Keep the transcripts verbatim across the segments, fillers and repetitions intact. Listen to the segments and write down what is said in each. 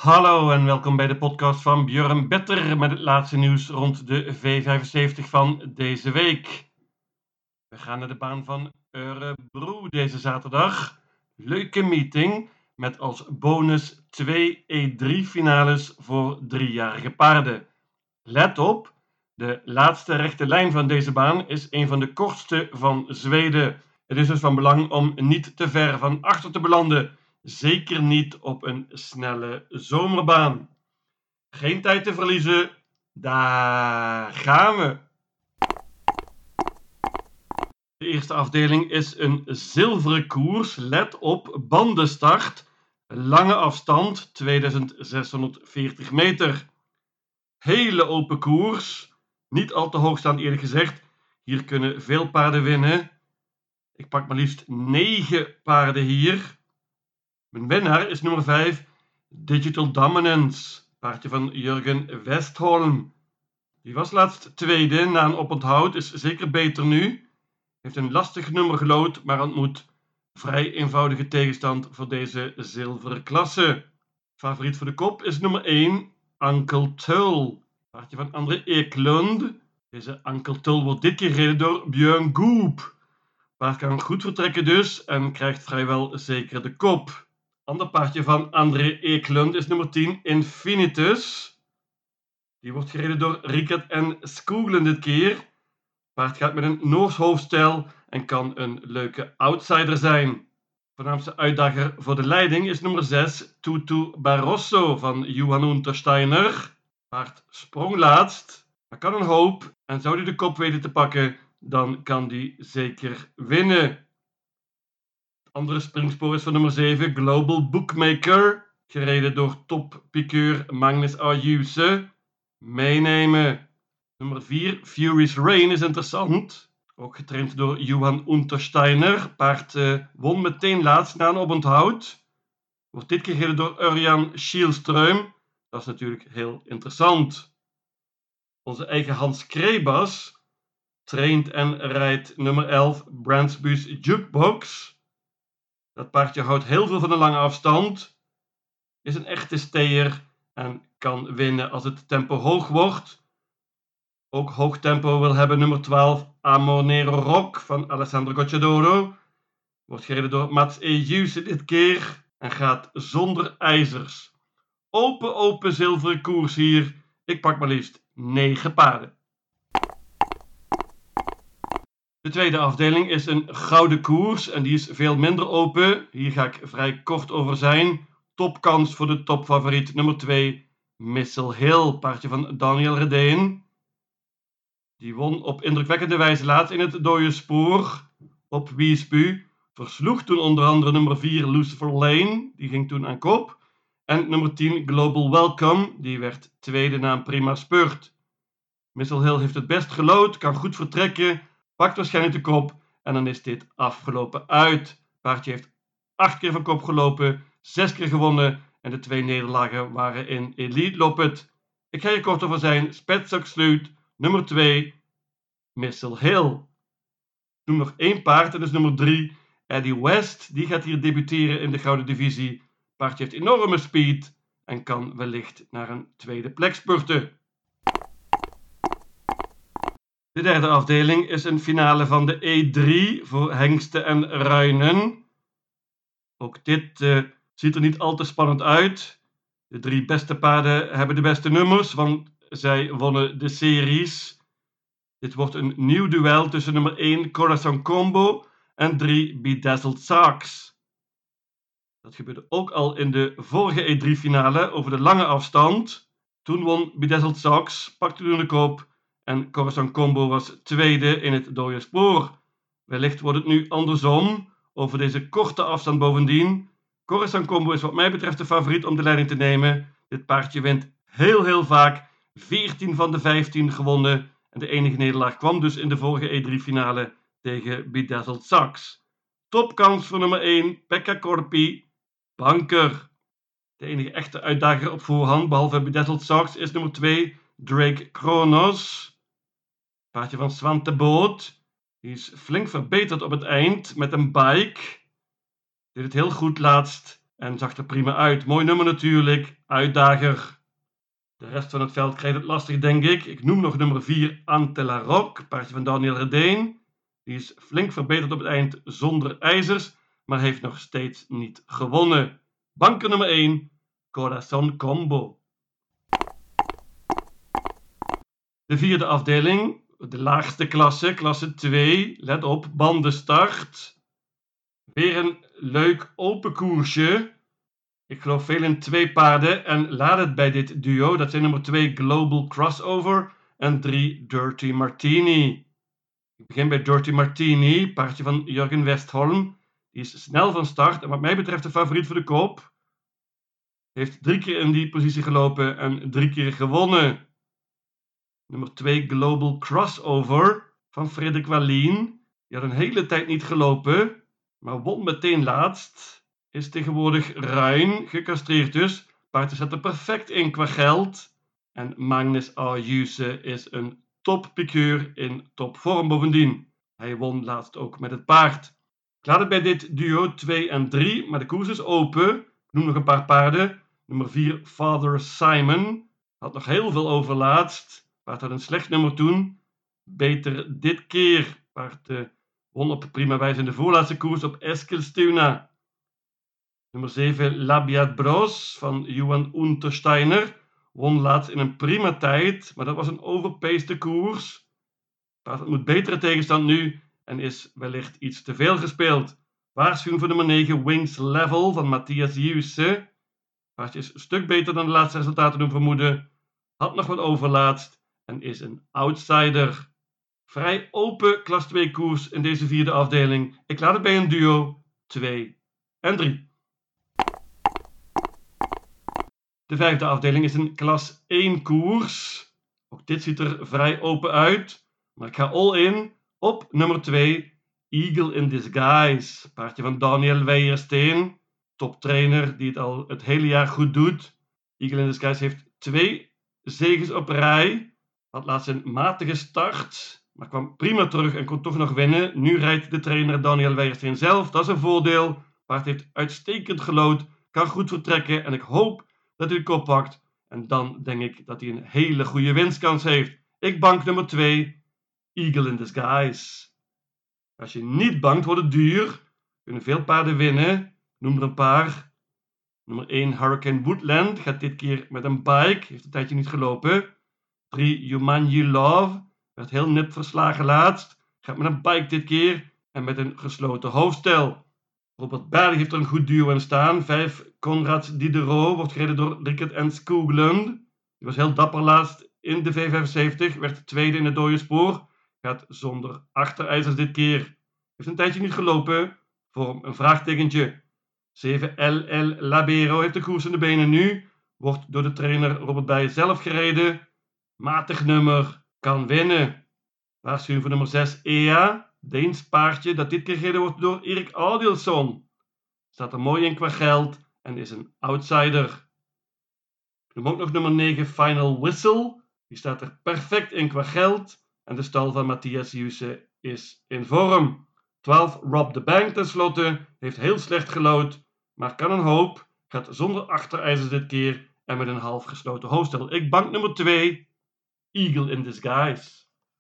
Hallo en welkom bij de podcast van Björn Better met het laatste nieuws rond de V vijfenzeventig van deze week. We gaan naar de baan van Örebro deze zaterdag. Leuke meeting met als bonus twee E drie finales voor driejarige paarden. Let op, de laatste rechte lijn van deze baan is een van de kortste van Zweden. Het is dus van belang om niet te ver van achter te belanden. Zeker niet op een snelle zomerbaan. Geen tijd te verliezen. Daar gaan we. De eerste afdeling is een zilveren koers. Let op, bandenstart. Lange afstand, tweeduizendzeshonderdveertig meter. Hele open koers. Niet al te hoog staan eerlijk gezegd. Hier kunnen veel paarden winnen. Ik pak maar liefst negen paarden hier. Mijn winnaar is nummer vijf, Digital Dominance. Paardje van Jurgen Westholm. Die was laatst tweede na een oponthoud, is zeker beter nu. Heeft een lastig nummer gelood, maar ontmoet vrij eenvoudige tegenstand voor deze zilveren klasse. Favoriet voor de kop is nummer één, Uncle Tull. Paardje van André Eklund. Deze Uncle Tull wordt dit keer gereden door Björn Goop. Paard kan goed vertrekken dus en krijgt vrijwel zeker de kop. Ander paardje van André Eklund is nummer tien, Infinitus. Die wordt gereden door Rickert en Skooglen dit keer. Paard gaat met een Noors hoofdstijl en kan een leuke outsider zijn. Voornaamste uitdager voor de leiding is nummer zes, Tutu Barroso van Johan Untersteiner. Paard sprong laatst, maar kan een hoop en zou hij de kop weten te pakken, dan kan die zeker winnen. Het andere springspoor is van nummer zeven, Global Bookmaker, gereden door toppikeur Magnus Ayuse. Meenemen. Nummer vier, Furious Rain is interessant. Ook getraind door Johan Untersteiner. Paard uh, won meteen laatst na een oponthoud. Wordt dit keer gereden door Örjan Kihlström. Dat is natuurlijk heel interessant. Onze eigen Hans Krebas traint en rijdt nummer elf, Brandsbu's Jukebox. Dat paardje houdt heel veel van de lange afstand. Is een echte steer en kan winnen als het tempo hoog wordt. Ook hoog tempo wil hebben nummer twaalf, Amonero Rock van Alessandro Gocciadoro. Wordt gereden door Mats Ejuse dit keer en gaat zonder ijzers. Open, open zilveren koers hier. Ik pak maar liefst negen paarden. De tweede afdeling is een gouden koers en die is veel minder open. Hier ga ik vrij kort over zijn. Topkans voor de topfavoriet nummer twee, Missile Hill, paardje van Daniel Redeen. Die won op indrukwekkende wijze laatst in het dode spoor op Wiesbu. Versloeg toen onder andere nummer vier, Lucifer Lane, die ging toen aan kop. En nummer tien, Global Welcome, die werd tweede na een prima spurt. Missile Hill heeft het best gelood, kan goed vertrekken, pakt waarschijnlijk de kop en dan is dit afgelopen uit. Paardje heeft acht keer van kop gelopen, zes keer gewonnen en de twee nederlagen waren in Elite Loppet. Ik ga hier kort over zijn. Spetsak Sluit, nummer twee, Missile Hill. Noem nog één paard, dat is nummer drie, Eddie West. Die gaat hier debuteren in de gouden divisie. Paardje heeft enorme speed en kan wellicht naar een tweede plek spurten. De derde afdeling is een finale van de E drie voor hengsten en ruinen. Ook dit uh, ziet er niet al te spannend uit. De drie beste paarden hebben de beste nummers, want zij wonnen de series. Dit wordt een nieuw duel tussen nummer één, Corazon Combo, en drie, Bedazzled Sharks. Dat gebeurde ook al in de vorige E drie finale over de lange afstand. Toen won Bedazzled Sharks, pakte toen de kop en Corazon Combo was tweede in het dode spoor. Wellicht wordt het nu andersom, over deze korte afstand bovendien. Corazon Combo is wat mij betreft de favoriet om de leiding te nemen. Dit paardje wint heel heel vaak, veertien van de vijftien gewonnen. En de enige nederlaag kwam dus in de vorige E drie finale tegen Bedazzled Sharks. Topkans voor nummer één, Pekka Korpi, Banker. De enige echte uitdager op voorhand, behalve Bedazzled Sharks, is nummer twee, Drake Kronos. Paardje van Svante Boot. Die is flink verbeterd op het eind met een bike. Deed het heel goed laatst en zag er prima uit. Mooi nummer natuurlijk, uitdager. De rest van het veld krijgt het lastig, denk ik. Ik noem nog nummer vier, Ante la Roque, paardje van Daniel Redeen. Die is flink verbeterd op het eind zonder ijzers, maar heeft nog steeds niet gewonnen. Banker nummer één, Corazon Combo. De vierde afdeling, de laagste klasse, klasse twee. Let op, bandenstart. Weer een leuk open koersje. Ik geloof veel in twee paarden en laat het bij dit duo. Dat zijn nummer twee Global Crossover en drie Dirty Martini. Ik begin bij Dirty Martini, paardje van Jurgen Westholm. Die is snel van start en wat mij betreft de favoriet voor de koop. Heeft drie keer in die positie gelopen en drie keer gewonnen. Nummer twee Global Crossover van Frederik Wallien. Die had een hele tijd niet gelopen, maar won meteen laatst. Is tegenwoordig ruin, gecastreerd dus. Paard zet er perfect in qua geld. En Magnus Ayuse is een toppiqueur in topvorm bovendien. Hij won laatst ook met het paard. Ik laat het bij dit duo twee en drie, maar de koers is open. Ik noem nog een paar paarden. Nummer vier Father Simon. Had nog heel veel overlaatst. Paard had een slecht nummer toen. Beter dit keer. Paard uh, won op prima wijze in de voorlaatste koers op Eskilstuna. Nummer zeven Labiat Bros van Johan Untersteiner. Won laatst in een prima tijd, maar dat was een overpaced koers. Paard moet betere tegenstand nu en is wellicht iets te veel gespeeld. Waarschuwing voor nummer negen Wings Level van Matthias Jusse. Paard is een stuk beter dan de laatste resultaten doen vermoeden. Had nog wat overlaatst en is een outsider. Vrij open klas twee koers in deze vierde afdeling. Ik laat het bij een duo twee en drie. De vijfde afdeling is een klas één koers. Ook dit ziet er vrij open uit. Maar ik ga all in op nummer twee Eagle in Disguise. Paardje van Daniel Weijersteen. Toptrainer die het al het hele jaar goed doet. Eagle in Disguise heeft twee zeges op rij. Had laatst een matige start. Maar kwam prima terug en kon toch nog winnen. Nu rijdt de trainer Daniel Weijersteen zelf. Dat is een voordeel. Paard heeft uitstekend gelood. Kan goed vertrekken. En ik hoop dat hij de kop pakt. En dan denk ik dat hij een hele goede winstkans heeft. Ik bank nummer twee. Eagle in Disguise. Als je niet bankt, wordt het duur. Kunnen veel paarden winnen. Noem er een paar. Nummer één Hurricane Woodland. Gaat dit keer met een bike. Heeft een tijdje niet gelopen. drie Jumanji Love. Werd heel nip verslagen laatst. Gaat met een bike dit keer. En met een gesloten hoofdstel. Robert Berg heeft er een goed duo in staan. vijf Conrad Diderot. Wordt gereden door Rickert en Skoglund. Die was heel dapper laatst in de V vijfenzeventig. Werd tweede in het dode spoor. Gaat zonder achterijzers dit keer. Heeft een tijdje niet gelopen. Vorm een vraagtekentje. zeven L L Labero heeft de koers in de benen nu. Wordt door de trainer Robert Berg zelf gereden. Matig nummer. Kan winnen. Waarschuwing voor nummer zes E A. Deens paardje dat dit keer gereden wordt door Erik Adilson. Staat er mooi in qua geld en is een outsider. Ik noem ook nog nummer negen Final Whistle. Die staat er perfect in qua geld. En de stal van Matthias Jusse is in vorm. twaalf Rob the Bank tenslotte. Heeft heel slecht gelood. Maar kan een hoop. Gaat zonder achterijzers dit keer. En met een half gesloten hoofdstel. Ik bank nummer twee. Eagle in Disguise.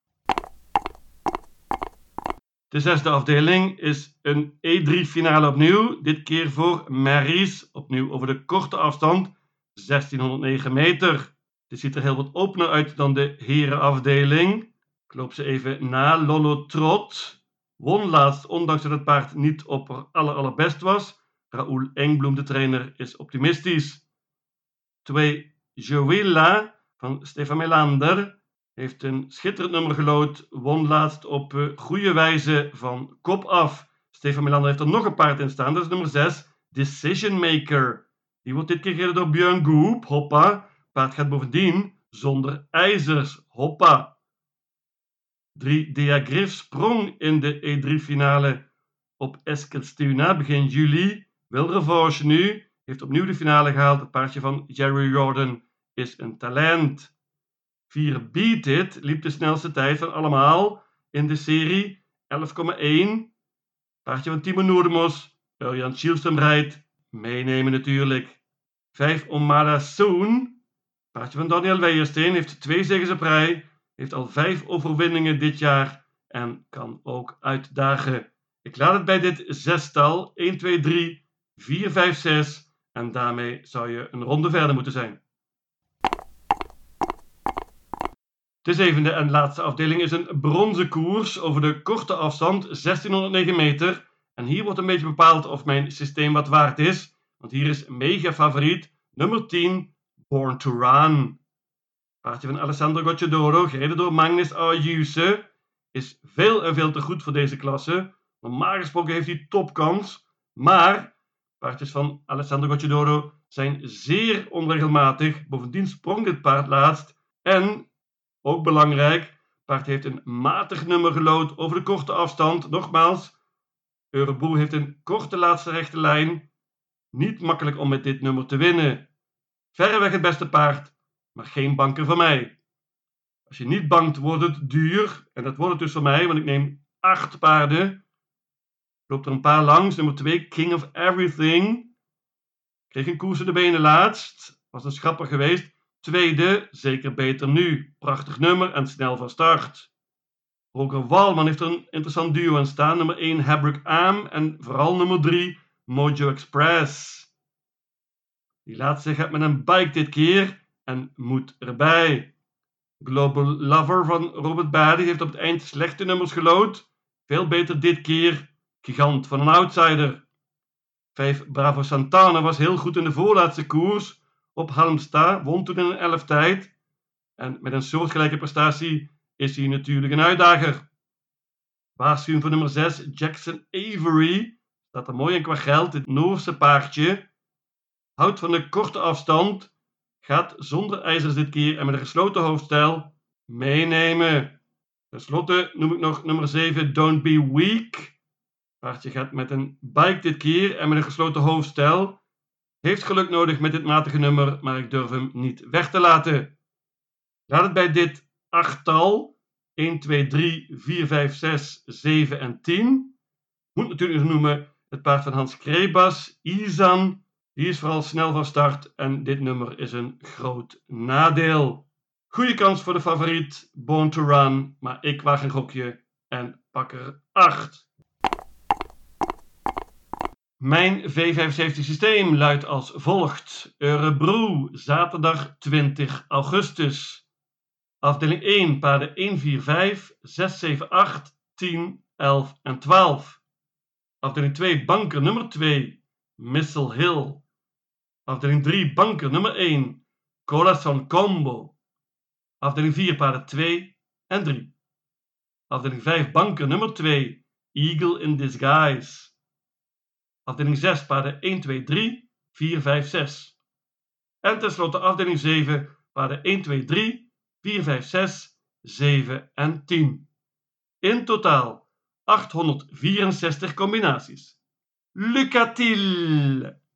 De zesde afdeling is een E drie finale opnieuw. Dit keer voor Maries. Opnieuw over de korte afstand. zestienhonderdnegen meter. Dit ziet er heel wat opener uit dan de herenafdeling. Ik loop ze even na. Lolo Trot. Won laatst, ondanks dat het paard niet op haar aller allerbest was. Raoul Engbloem, de trainer, is optimistisch. twee Joëlla van Stefan Melander. Heeft een schitterend nummer gelood. Won laatst op uh, goede wijze van kop af. Stefan Melander heeft er nog een paard in staan. Dat is nummer zes. Decision Maker. Die wordt dit keer gereden door Björn Goop. Hoppa. Paard gaat bovendien zonder ijzers. Hoppa. drie Dea Griff sprong in de E drie finale op Eskilstuna begin juli. Wil revanche nu. Heeft opnieuw de finale gehaald. Het paardje van Jerry Jordan is een talent. vier Beat It liep de snelste tijd van allemaal in de serie. elf komma één. Paardje van Timo Noordemos. Jan Schielström rijdt. Meenemen natuurlijk. vijf Omada Soon. Paardje van Daniel Weijersteen heeft twee zegens op rij. Heeft al vijf overwinningen dit jaar. En kan ook uitdagen. Ik laat het bij dit zestal. een, twee, drie, vier, vijf, zes. En daarmee zou je een ronde verder moeten zijn. De zevende en laatste afdeling is een bronzen koers over de korte afstand zestienhonderdnegen meter. En hier wordt een beetje bepaald of mijn systeem wat waard is. Want hier is mega favoriet nummer tien, Born to Run. Paardje van Alessandro Gocciadoro, gereden door Magnus Ayuse, is veel en veel te goed voor deze klasse. Normaal gesproken heeft hij topkans. Maar paardjes van Alessandro Gocciadoro zijn zeer onregelmatig. Bovendien sprong dit paard laatst. En ook belangrijk, paard heeft een matig nummer gelood over de korte afstand. Nogmaals, Eurobroe heeft een korte laatste rechte lijn. Niet makkelijk om met dit nummer te winnen. Verreweg het beste paard, maar geen banker van mij. Als je niet bangt, wordt het duur. En dat wordt het dus voor mij, want ik neem acht paarden. Loopt er een paar langs. Nummer twee, King of Everything. Kreeg een koers in de benen laatst. Was dus grappig geweest. Tweede, zeker beter nu. Prachtig nummer en snel van start. Roger Walman heeft er een interessant duo aan staan. Nummer één, Habrick Am. En vooral nummer drie, Mojo Express. Die laatste gaat met een bike dit keer. En moet erbij. Global Lover van Robert Badi heeft op het eind slechte nummers gelood. Veel beter dit keer. Gigant van een outsider. vijf Bravo Santana was heel goed in de voorlaatste koers. Op Halmstad, won toen in een elf tijd. En met een soortgelijke prestatie is hij natuurlijk een uitdager. Waarschuwing voor nummer zes, Jackson Avery. Staat er mooi in qua geld, dit Noorse paardje. Houdt van de korte afstand. Gaat zonder ijzers dit keer en met een gesloten hoofdstijl. Meenemen. Ten slotte noem ik nog nummer zeven, Don't Be Weak. Paardje gaat met een bike dit keer en met een gesloten hoofdstijl. Heeft geluk nodig met dit matige nummer, maar ik durf hem niet weg te laten. Laat het bij dit achttal. een, twee, drie, vier, vijf, zes, zeven en tien. Moet natuurlijk nog noemen het paard van Hans Krebas, Izan. Die is vooral snel van start en dit nummer is een groot nadeel. Goede kans voor de favoriet, Born to Run, maar ik waag een gokje en pak er acht. Mijn V vijfenzeventig systeem luidt als volgt. Eurobroe, zaterdag twintig augustus. Afdeling één, paarden een, vier, vijf, zes, zeven, acht, tien, elf en twaalf. Afdeling twee, banker nummer twee, Missile Hill. Afdeling drie, banker nummer één, Corazon Combo. Afdeling vier, paarden twee en drie. Afdeling vijf, banker nummer twee, Eagle in Disguise. Afdeling zes, paarden een, twee, drie, vier, vijf, zes. En tenslotte afdeling zeven, paarden een, twee, drie, vier, vijf, zes, zeven en tien. In totaal achthonderdvierenzestig combinaties. Lucatil!